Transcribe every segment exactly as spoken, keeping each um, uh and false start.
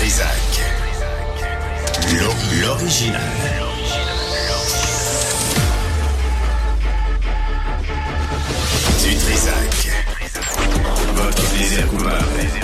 Trisac. L'original. Du Trisac. Votre plaisir coupable.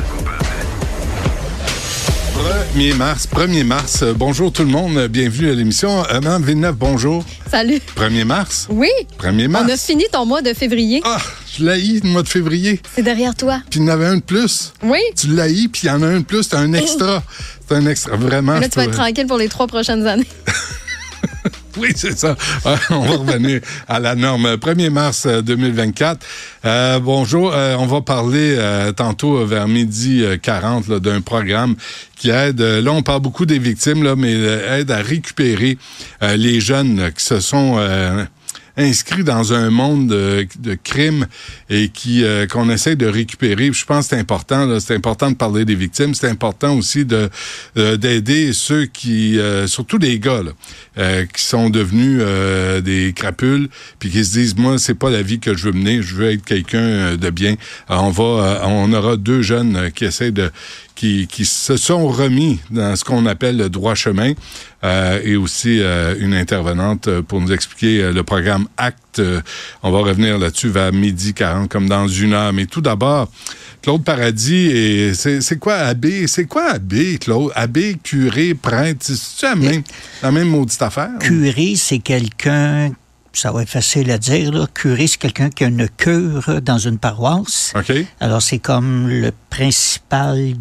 premier mars, premier mars. Euh, bonjour tout le monde, bienvenue à l'émission. Euh, Mme Villeneuve, bonjour. Salut. premier mars? Oui. premier mars. On a fini ton mois de février. Ah, je l'haïs le mois de février. C'est derrière toi. Puis il y en avait un de plus. Oui. Tu l'haïs, puis il y en a un de plus, c'est un extra. C'est un extra, vraiment. Là, tu vas être tranquille pour les trois prochaines années. Oui, c'est ça. Euh, on va revenir à la norme. premier mars deux mille vingt-quatre. Euh, bonjour. Euh, on va parler euh, tantôt euh, vers midi quarante là, d'un programme qui aide. Euh, là, on parle beaucoup des victimes, là, mais euh, aide à récupérer euh, les jeunes là, qui se sont euh, inscrits dans un monde de, de crimes et qui euh, qu'on essaie de récupérer. Je pense que c'est important. Là, c'est important de parler des victimes. C'est important aussi de euh, d'aider ceux qui, euh, surtout les gars, là, euh, qui sont devenus euh, des crapules, puis qui se disent, moi, c'est pas la vie que je veux mener. Je veux être quelqu'un de bien. Alors, on va, euh, on aura deux jeunes euh, qui essaient de Qui, qui se sont remis dans ce qu'on appelle le droit chemin euh, et aussi euh, une intervenante pour nous expliquer euh, le programme ACT. Euh, on va revenir là-dessus vers midi quarante, comme dans une heure. Mais tout d'abord, Claude Paradis, et c'est, c'est quoi abbé? C'est quoi abbé, Claude? Abbé, curé, prêtre, c'est-tu la même, la même maudite affaire? Curé, c'est quelqu'un... Ça va être facile à dire, là. Curé, c'est quelqu'un qui a une cure dans une paroisse. OK. Alors, c'est comme le principal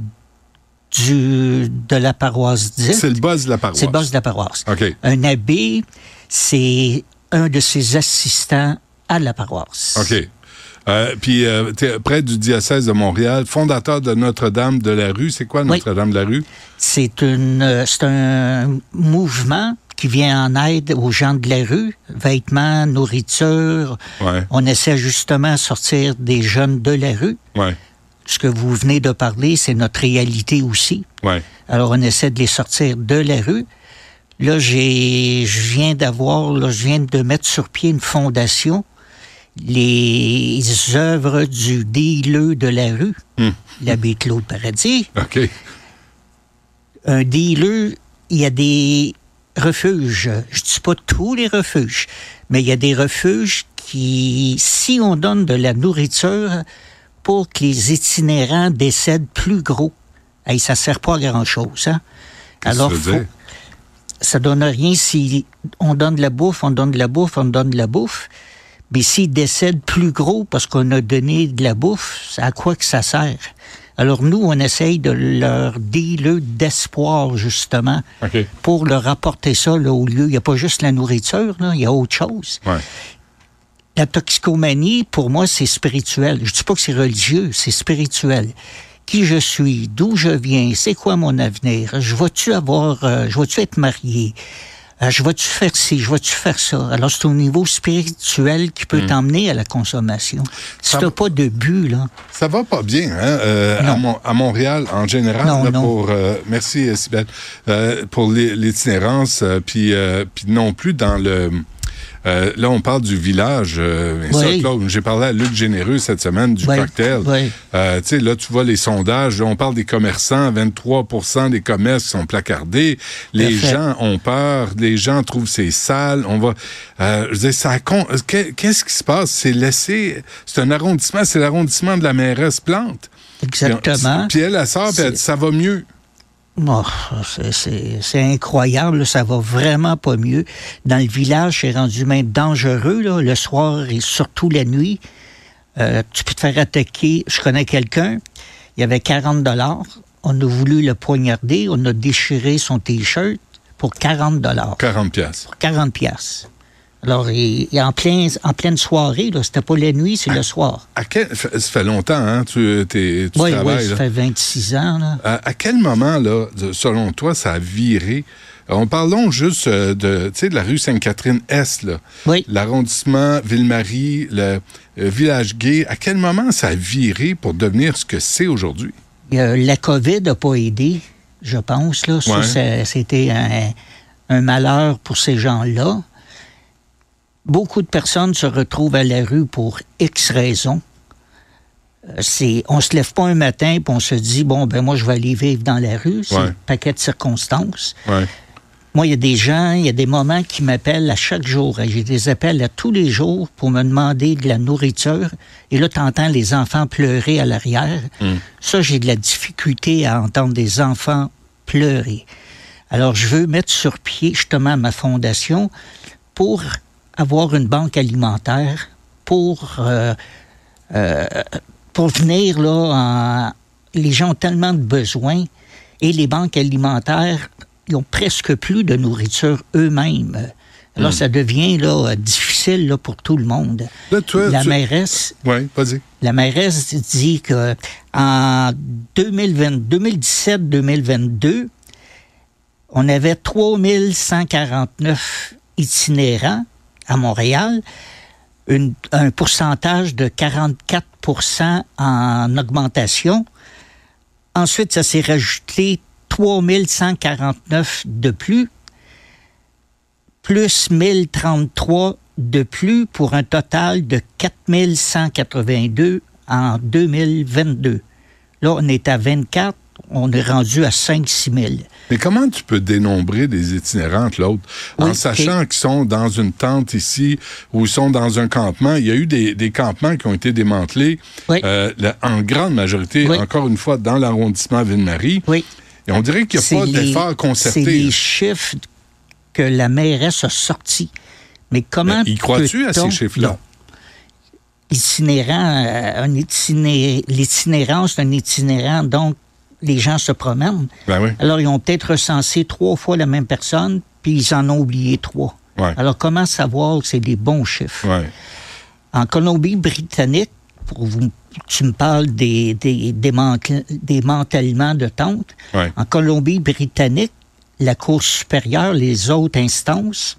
du, de la paroisse dite. C'est le boss de la paroisse. C'est le boss de la paroisse. OK. Un abbé, c'est un de ses assistants à la paroisse. OK. Euh, puis, euh, t'es près du diocèse de Montréal, fondateur de Notre-Dame de la Rue. C'est quoi Notre-Dame de la Rue? C'est, une, c'est un mouvement qui vient en aide aux gens de la rue, vêtements, nourriture. Ouais. On essaie justement de sortir des jeunes de la rue. Ouais. Ce que vous venez de parler, c'est notre réalité aussi. Ouais. Alors, on essaie de les sortir de la rue. Là, j'ai, je viens d'avoir, là, je viens de mettre sur pied une fondation, les œuvres du dealeux de la rue, mmh. l'abbé Claude Paradis. OK. Un dealeux, il y a des refuges. Je ne dis pas tous les refuges, mais il y a des refuges qui, si on donne de la nourriture pour que les itinérants décèdent plus gros, hey, ça ne sert pas à grand-chose. Hein? Alors, faut, ça ne donne rien si on donne de la bouffe, on donne de la bouffe, on donne de la bouffe, mais s'ils décèdent plus gros parce qu'on a donné de la bouffe, à quoi que ça sert? Alors nous, on essaye de leur dealer d'espoir, justement, okay. pour leur apporter ça là, au lieu. Il n'y a pas juste la nourriture, là, il y a autre chose. Ouais. La toxicomanie, pour moi, c'est spirituel. Je ne dis pas que c'est religieux, c'est spirituel. Qui je suis, d'où je viens, c'est quoi mon avenir, je vais-tu avoir, euh, je vais-tu être marié, euh, je vais-tu faire ci, je vais-tu faire ça. Alors, c'est au niveau spirituel qui peut mmh. t'emmener à la consommation. Si tu n'as pas de but, là... Ça va pas bien, hein, euh, à, Mon- à Montréal, en général, non, là, non. pour... Euh, merci, Sybelle. Euh, pour l'itinérance, euh, puis euh, non plus dans le... Euh, là, on parle du village. Euh, oui. ça, Claude, j'ai parlé à Luc Généreux cette semaine du oui. cocktail. Oui. Euh, tu sais, là, tu vois les sondages. Là, on parle des commerçants. vingt-trois pour cent des commerces qui sont placardés. Les Parfait. gens ont peur. Les gens trouvent c'est sale. On va... Euh, je veux dire, ça... Qu'est-ce qui se passe? C'est laissé... C'est un arrondissement. C'est l'arrondissement de la mairesse Plante. Exactement. Puis elle, elle sort, puis elle dit, ça va mieux. Oh, c'est, c'est, c'est incroyable, ça va vraiment pas mieux. Dans le village, c'est rendu même dangereux, là, le soir et surtout la nuit. Euh, tu peux te faire attaquer. Je connais quelqu'un, il y avait quarante dollars. On a voulu le poignarder, on a déchiré son T-shirt pour quarante dollars. quarante piastres. Pour quarante piastres. Alors, il, il en, plein, en pleine soirée, là, c'était pas la nuit, c'est à, le soir. À quel, ça fait longtemps, hein, tu, t'es, tu oui, travailles. Oui, ça là. fait vingt-six ans. Là. À, à quel moment, là, selon toi, ça a viré? On parlons juste de, de la rue Sainte-Catherine-Est, là. Oui. L'arrondissement Ville-Marie, le euh, village gay. À quel moment ça a viré pour devenir ce que c'est aujourd'hui? Euh, la COVID n'a pas aidé, je pense. Là. Ça, ouais. ça, c'était un, un malheur pour ces gens-là. Beaucoup de personnes se retrouvent à la rue pour X raisons. c'est, on se lève pas un matin puis on se dit, bon, ben moi, je vais aller vivre dans la rue. C'est ouais. un paquet de circonstances. Ouais. Moi, il y a des gens, il y a des moments qui m'appellent à chaque jour. J'ai des appels à tous les jours pour me demander de la nourriture. Et là, tu entends les enfants pleurer à l'arrière. Mm. Ça, j'ai de la difficulté à entendre des enfants pleurer. Alors, je veux mettre sur pied, justement, ma fondation pour avoir une banque alimentaire, pour, euh, euh, pour venir, là, en... les gens ont tellement de besoins. Et les banques alimentaires... ils ont presque plus de nourriture eux-mêmes. Alors, mmh. ça devient là, difficile là, pour tout le monde. Là, toi, la tu... mairesse... Oui, vas-y. La mairesse dit qu'en deux mille vingt, deux mille dix-sept deux mille vingt-deux, on avait trois mille cent quarante-neuf itinérants à Montréal, une, un pourcentage de quarante-quatre pour cent en augmentation. Ensuite, ça s'est rajouté trois mille cent quarante-neuf de plus, plus mille trente-trois de plus, pour un total de quatre mille cent quatre-vingt-deux en deux mille vingt-deux. Là, on est à vingt-quatre, on est rendu à cinq à six mille. Mais comment tu peux dénombrer des itinérants entre l'autre? Oui, en sachant okay. qu'ils sont dans une tente ici ou ils sont dans un campement. Il y a eu des, des campements qui ont été démantelés, oui. euh, la, en grande majorité, oui. encore une fois, dans l'arrondissement Ville-Marie. Oui. Et on dirait qu'il n'y a c'est pas les, d'effort concerté. C'est les chiffres que la mairesse a sortis. Mais comment y crois-tu à ces chiffres-là? Non. Itinérant, euh, un itiné... l'itinérance, c'est un itinérant, donc les gens se promènent. Ben oui. Alors, ils ont peut-être recensé trois fois la même personne, puis ils en ont oublié trois. Ouais. Alors, comment savoir que c'est des bons chiffres? Ouais. En Colombie-Britannique, pour vous, tu me parles des, des, des démantèlements de tentes. Ouais. En Colombie-Britannique, la Cour supérieure, les autres instances,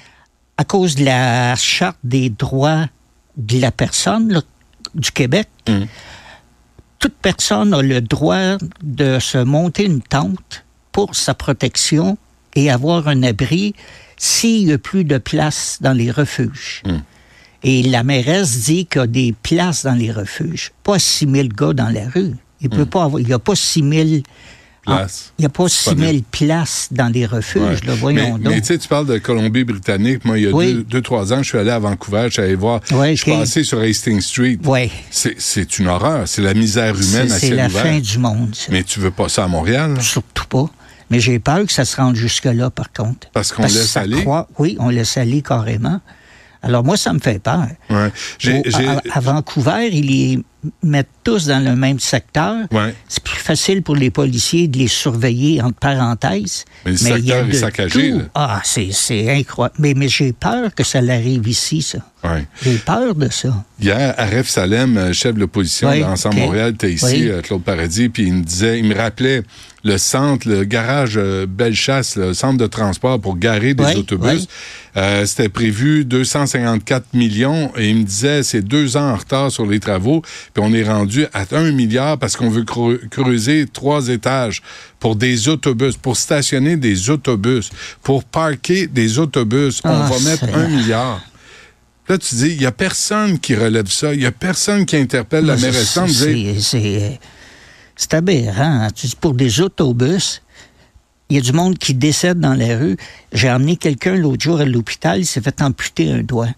à cause de la Charte des droits de la personne là, du Québec, mmh. toute personne a le droit de se monter une tente pour sa protection et avoir un abri s'il n'y a plus de place dans les refuges. Mmh. Et la mairesse dit qu'il y a des places dans les refuges. Pas six mille gars dans la rue. Il peut mmh. pas avoir, il n'y a pas six mille places. Il n'y a pas six mille places dans les refuges. Ouais. Là, voyons mais, donc. Mais tu sais, tu parles de Colombie-Britannique. Moi, il y a oui. deux, deux, trois ans, je suis allé à Vancouver, je suis allé voir. Ouais, je suis okay. passé sur Hastings Street. Ouais. C'est, c'est une horreur. C'est la misère humaine c'est, à ciel ouvert. C'est la fin du monde. Ça. Mais tu veux pas ça à Montréal? Là? Surtout pas. Mais j'ai peur que ça se rende jusque-là, par contre. Parce qu'on Parce laisse que aller? Croit, oui, on laisse aller carrément. Alors moi, ça me fait peur. Ouais. J'ai, Au, j'ai... À, à Vancouver, ils les mettent tous dans le même secteur. Ouais. C'est plus facile pour les policiers de les surveiller, entre parenthèses. Mais le mais secteur est saccagé. Là. Ah, c'est, c'est incroyable. Mais, mais j'ai peur que ça l'arrive ici, ça. Ouais. J'ai peur de ça. Hier, Aref Salem, chef de l'opposition oui, d'Ensemble okay. Montréal, était ici, oui. Claude Paradis, puis il me disait, il me rappelait le centre, le garage euh, Bellechasse, le centre de transport pour garer des oui, autobus. Oui. Euh, c'était prévu deux cent cinquante-quatre millions et il me disait, c'est deux ans en retard sur les travaux, puis on est rendu à un milliard parce qu'on veut creuser trois étages pour des autobus, pour stationner des autobus, pour parquer des autobus. Oh, on va mettre un milliard. Là, tu dis, il n'y a personne qui relève ça. Il n'y a personne qui interpelle la mairesse. C'est, c'est, c'est, c'est aberrant. Hein? Tu dis, pour des autobus, il y a du monde qui décède dans la rue. J'ai emmené quelqu'un l'autre jour à l'hôpital, il s'est fait amputer un doigt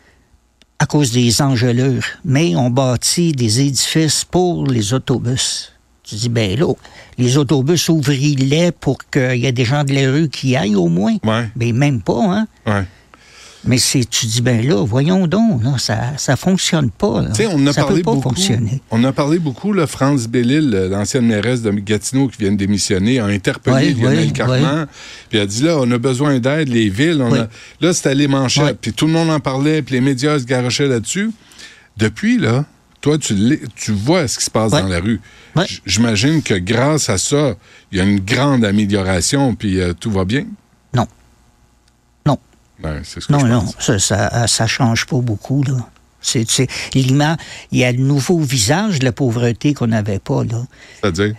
à cause des engelures. Mais on bâtit des édifices pour les autobus. Tu dis, ben là, les autobus ouvris-les pour qu'il y ait des gens de la rue qui aillent au moins. Ouais. Ben même pas, hein? Ouais. Mais c'est, tu dis, ben là, voyons donc, là, ça ne fonctionne pas. Là. On a ça parlé peut pas beaucoup, fonctionner. On a parlé beaucoup, là, France Bellil, l'ancienne mairesse de Gatineau qui vient de démissionner, a interpellé oui, Lionel oui, Carman, oui. puis a dit, là, on a besoin d'aide, les villes, on oui. a... là, c'était les manchettes, oui. puis tout le monde en parlait, puis les médias se garochaient là-dessus. Depuis, là, toi, tu, tu vois ce qui se passe oui. dans la rue. Oui. J'imagine que grâce à ça, il y a une grande amélioration, puis euh, tout va bien? Non. Non. Ben, c'est ce que non, je non, pense. ça, ça, ça change pas beaucoup, là. C'est, c'est, l'image, il y a le nouveau visage de la pauvreté qu'on n'avait pas, là. C'est-à-dire?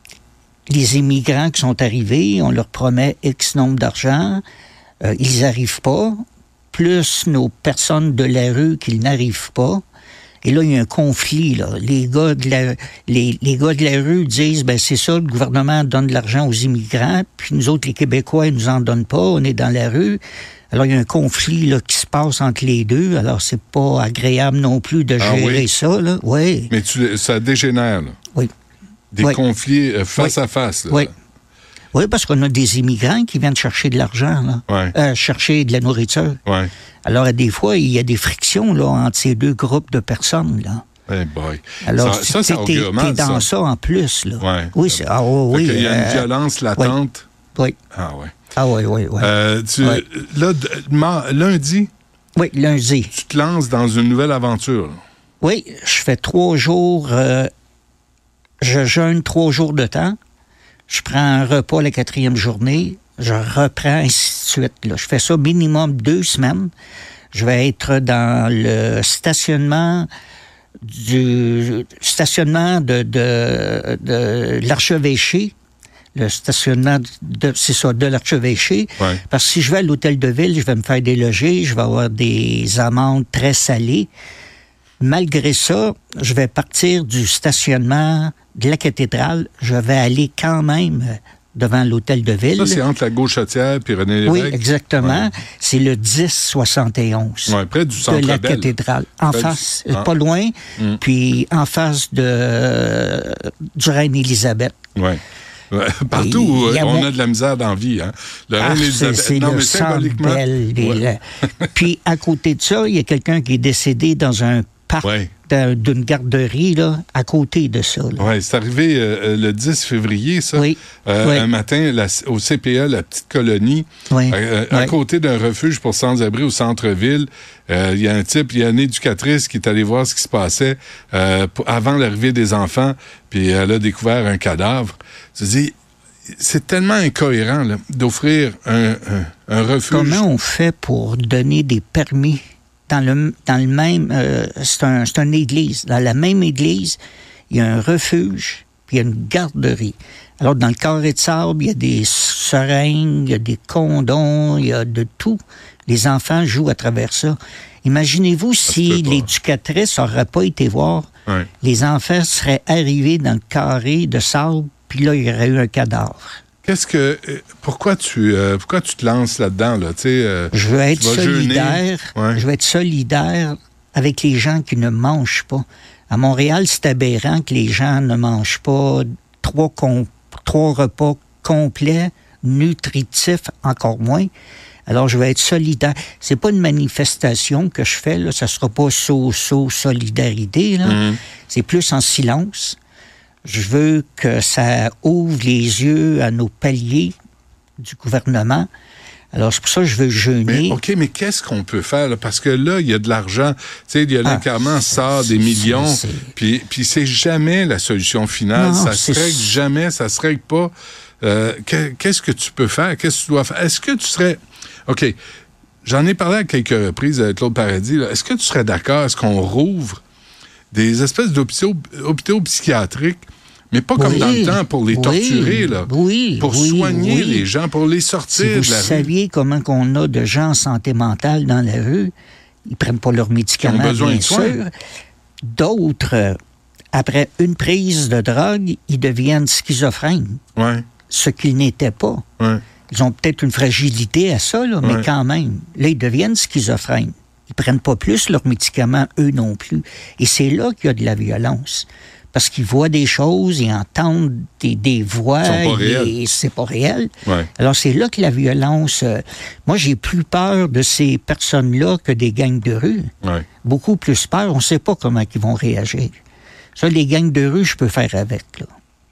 Les immigrants qui sont arrivés, on leur promet X nombre d'argent, euh, ils n'arrivent pas, plus nos personnes de la rue qui n'arrivent pas, Et là, il y a un conflit, là. Les gars de la, les, les gars de la rue disent, ben c'est ça, le gouvernement donne de l'argent aux immigrants, puis nous autres, les Québécois, ils nous en donnent pas, on est dans la rue. Alors, il y a un conflit, là, qui se passe entre les deux. Alors, c'est pas agréable non plus de Ah gérer oui? ça, là. Oui. Mais tu, ça dégénère, là. Oui. Des Oui. conflits euh, face Oui. à face, là. Oui. Oui, parce qu'on a des immigrants qui viennent chercher de l'argent, là. Ouais. Euh, chercher de la nourriture. Ouais. Alors, des fois, il y a des frictions, là, entre ces deux groupes de personnes, là. Eh boy. Alors, ça, ça, ça t'es, augure t'es mal, dans ça. ça en plus, là. Ouais. Oui, c'est, ah oui, Fait oui. qu'il y a une euh, violence latente. Oui. Ah ouais. Ah oui, oui, oui. Euh, tu, Ouais. Là, d- ma- lundi, Oui, lundi. tu te lances dans une nouvelle aventure. là. Oui, je fais trois jours, euh, je jeûne trois jours de temps, je prends un repas la quatrième journée, je reprends, ainsi de suite. Là. Je fais ça minimum deux semaines. Je vais être dans le stationnement du stationnement de, de, de l'archevêché, le stationnement de, c'est ça, de l'archevêché. Ouais. Parce que si je vais à l'hôtel de ville, je vais me faire déloger, je vais avoir des amendes très salées. Malgré ça, je vais partir du stationnement de la cathédrale. Je vais aller quand même devant l'hôtel de ville. Ça, c'est entre la Gauchetière et René Lévesque. Oui, exactement. Ouais. C'est le dix soixante et onze Ouais, près du de Centre la Bell. cathédrale. En Près du- face, Ah. pas loin, Mm. puis en face de euh, du Reine-Élisabeth. Ouais. Ouais. Partout où Il y a on mon- a de la misère dans la vie. Hein. Le Ah, Reine c'est, Élisabeth. c'est Non, le mais Centre symboliquement. Bell. les- Ouais. la- Puis à côté de ça, il y a quelqu'un qui est décédé dans un parc Ouais. d'un- d'une garderie, là, à côté de ça. là. Oui, c'est arrivé euh, le dix février, ça. Oui. Euh, Oui. Un matin, la- au C P A, la petite colonie, Oui. euh, à Oui. côté d'un refuge pour sans-abri au centre-ville, euh, il y a un type, il y a une éducatrice qui est allée voir ce qui se passait euh, pour- avant l'arrivée des enfants, puis elle a découvert un cadavre. Tu te dis, c'est tellement incohérent là, d'offrir un, un, un refuge. Comment on fait pour donner des permis dans le, dans le même... euh, c'est, un, c'est une église. Dans la même église, il y a un refuge, puis il y a une garderie. Alors, dans le carré de sable, il y a des seringues, il y a des condoms, il y a de tout. Les enfants jouent à travers ça. Imaginez-vous se si peut pas. l'éducatrice n'aurait pas été voir, Ouais. les enfants seraient arrivés dans le carré de sable, puis là, il y aurait eu un cadavre. Qu'est-ce que... euh, Pourquoi tu, euh, pourquoi tu te lances là-dedans, là? Tu sais, euh, Je veux être tu vas jeûner. solidaire. Ouais. Je veux être solidaire avec les gens qui ne mangent pas. À Montréal, c'est aberrant que les gens ne mangent pas trois, com- trois repas complets, nutritifs, encore moins. Alors, je vais être solidaire. C'est pas une manifestation que je fais, là. Ça sera pas so-so solidarité, là. Mhm. C'est plus en silence. Je veux que ça ouvre les yeux à nos paliers du gouvernement. Alors, c'est pour ça que je veux jeûner. Mais, OK, mais qu'est-ce qu'on peut faire? Là? Parce que là, il y a de l'argent. Tu sais, il y a Ah, l'incarnat sort c'est- des millions. c'est- Puis, puis c'est jamais la solution finale. Non, ça se c'est- règle jamais, ça se règle pas. Euh, que- qu'est-ce que tu peux faire? Qu'est-ce que tu dois faire? Est-ce que tu serais... OK, j'en ai parlé à quelques reprises avec Claude Paradis. là. Est-ce que tu serais d'accord? Est-ce qu'on rouvre des espèces d'hôpitaux hôpitaux psychiatriques, mais pas comme Oui, dans le temps pour les oui, torturer, là. oui, pour oui, soigner oui. les gens, pour les Si sortir vous de la rue. saviez comment qu'on a de gens en santé mentale dans la rue, ils prennent pas leurs médicaments, Qui ont besoin bien de soins. sûr. D'autres, euh, après une prise de drogue, ils deviennent schizophrènes, Ouais, ce qu'ils n'étaient pas. ouais. Ils ont peut-être une fragilité à ça, là, mais Ouais. quand même. Là, ils deviennent schizophrènes. Ils prennent pas plus leurs médicaments, eux non plus. Et c'est là qu'il y a de la violence. Parce qu'ils voient des choses, ils entendent des, des voix, Ils sont pas et réels. c'est pas réel. Ouais. Alors, c'est là que la violence... euh, moi, j'ai plus peur de ces personnes-là que des gangs de rue. Ouais. Beaucoup plus peur. On ne sait pas comment ils vont réagir. Ça, les gangs de rue, je peux faire avec, là.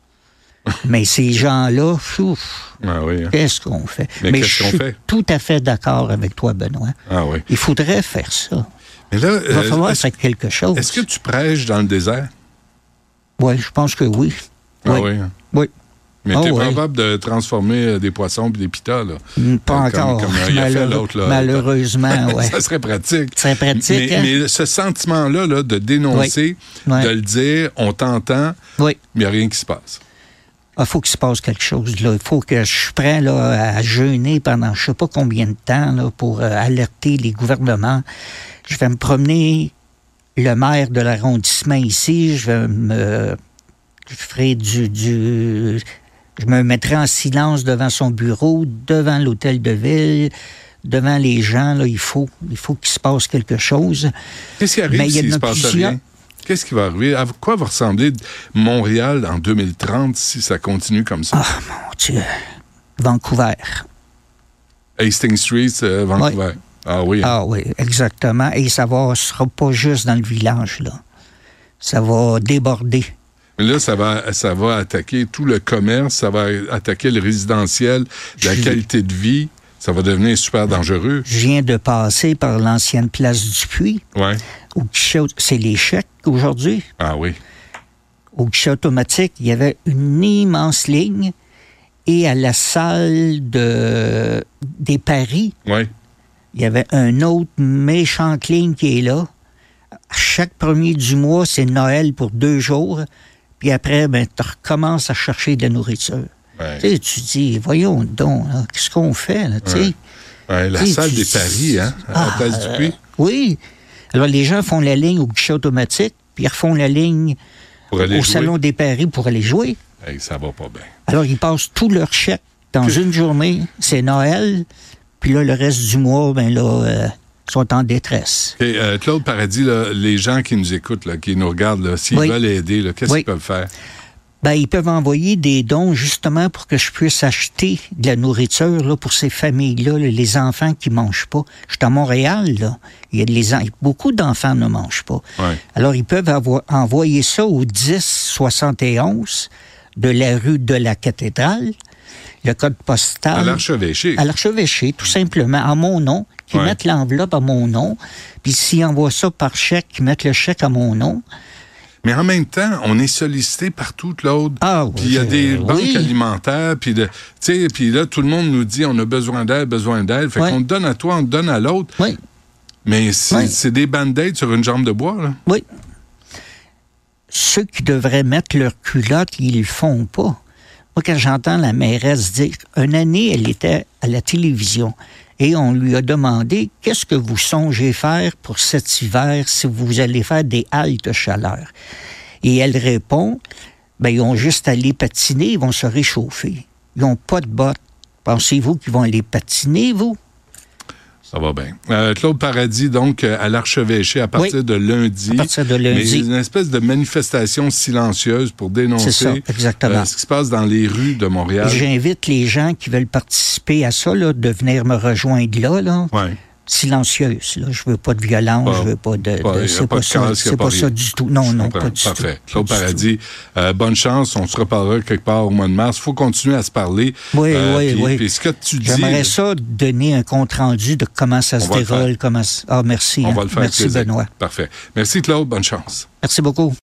Mais ces gens-là, ouf, Ah oui. hein. qu'est-ce qu'on fait? Mais qu'est-ce je qu'on suis fait? tout à fait d'accord avec toi, Benoît. Ah oui. Il faudrait faire ça. Mais là, Il va euh, falloir est-ce, faire quelque chose. est-ce que tu prêches dans le désert? Oui, je pense que oui. Ah Oui. oui. hein. Oui. Mais Ah t'es oui. capable de transformer euh, des poissons et des pitas, là. Mm, Pas Comme- encore. comme il a fait Malheureux- l'autre, là. Malheureusement, oui. Ça serait pratique. C'est pratique, Mais, hein? mais ce sentiment-là, là, de dénoncer, Oui. Ouais. de le dire, on t'entend, Oui. mais il n'y a rien qui se passe. Il faut qu'il se passe quelque chose. Là. Il faut que je suis prêt là, à jeûner pendant je ne sais pas combien de temps là, pour euh, alerter les gouvernements. Je vais me promener le maire de l'arrondissement ici, je vais me... Je ferai du... du je me mettrai en silence devant son bureau, devant l'hôtel de ville, devant les gens. Là, il faut, il faut qu'il se passe quelque chose. Qu'est-ce qui arrive Mais il y s'il en ne a se passe plusieurs. rien? Qu'est-ce qui va arriver? À quoi va ressembler Montréal en deux mille trente si ça continue comme ça? Ah, mon Dieu. Vancouver. Hastings Street, euh, Vancouver. Ouais. Ah oui. Ah oui, exactement. Et ça ne sera pas juste dans le village, là. Ça va déborder. Mais là, ça va, ça va attaquer tout le commerce, ça va attaquer le résidentiel, la Je- qualité de vie. Ça va devenir super dangereux. Je viens de passer par l'ancienne place du Puy, Ouais. au guichet, c'est les chèques aujourd'hui. Ah oui. Au guichet automatique, il y avait une immense ligne. Et à la salle de, des paris, Ouais. il y avait un autre méchante ligne qui est là. À chaque premier du mois, c'est Noël pour deux jours. Puis après, ben, tu recommences à chercher de la nourriture. Ouais. Tu sais, tu dis, voyons donc, là, qu'est-ce qu'on fait, là, tu sais? Ouais. Ouais, la Tu sais, salle tu- des paris, hein, à la Ah, place du Puy, Oui. Alors, les gens font la ligne au guichet automatique, puis ils refont la ligne pour aller au jouer. salon des paris pour aller jouer. Hey, ça va pas bien. Alors, ils passent tout leur chèque dans une journée. C'est Noël. Puis là, le reste du mois, ben là, euh, ils sont en détresse. Et, euh, Claude Paradis, là, les gens qui nous écoutent, là, qui nous regardent, là, s'ils Oui. veulent aider, là, qu'est-ce Oui. qu'ils peuvent faire? Ben, ils peuvent envoyer des dons justement pour que je puisse acheter de la nourriture là, pour ces familles-là, là, les enfants qui ne mangent pas. Je suis à Montréal, là. Il y a les en- beaucoup d'enfants ne mangent pas. Ouais. Alors, ils peuvent avo- envoyer ça au dix soixante et onze de la rue de la Cathédrale, le code postal. À l'archevêché. À l'archevêché, tout simplement, à mon nom, qu'ils Ouais. mettent l'enveloppe à mon nom, puis s'ils envoient ça par chèque, qu'ils mettent le chèque à mon nom. Mais en même temps, on est sollicité partout, Claude. Ah oui, Puis il y a des euh, banques oui. alimentaires, puis de- tu sais, puis là, tout le monde nous dit on a besoin d'aide, besoin d'aide. Fait Ouais. qu'on te donne à toi, on te donne à l'autre. Oui, Mais c'est Ouais. c'est des band-aids sur une jambe de bois, là. oui. Ceux qui devraient mettre leur culotte, ils le font pas. Moi, quand j'entends la mairesse dire, une année, elle était à la télévision et on lui a demandé qu'est-ce que vous songez faire pour cet hiver si vous allez faire des haltes chaleur. Et elle répond, ben, ils ont juste à aller patiner, ils vont se réchauffer. Ils n'ont pas de bottes. Pensez-vous qu'ils vont aller patiner, vous? Ça va bien. Euh, Claude Paradis, donc, euh, à l'archevêché à partir Oui. de lundi. À partir de Mais lundi. une espèce de manifestation silencieuse pour dénoncer C'est ça, exactement. euh, ce qui se passe dans les rues de Montréal. J'invite les gens qui veulent participer à ça, là, de venir me rejoindre là, là. Ouais. Silencieuse. Là. Je veux pas de violence, Pas- je veux pas de... pas- de- y a c'est pas pas, de ça, casse, y a c'est pas pas rien. ça du tout. Non, Je non, comprends. pas du Parfait. tout. Claude Pas du Paradis, euh, bonne chance. On se reparlera quelque part au mois de mars. Il faut continuer à se parler. Oui, Euh, oui, puis- oui. Puis ce que tu dis... J'aimerais ça donner un compte-rendu de comment ça On se va le faire. déroule. Comment... ça- Ah, merci. On hein. va le faire avec Merci, plaisir. Benoît. Parfait. Merci, Claude. Bonne chance. Merci beaucoup.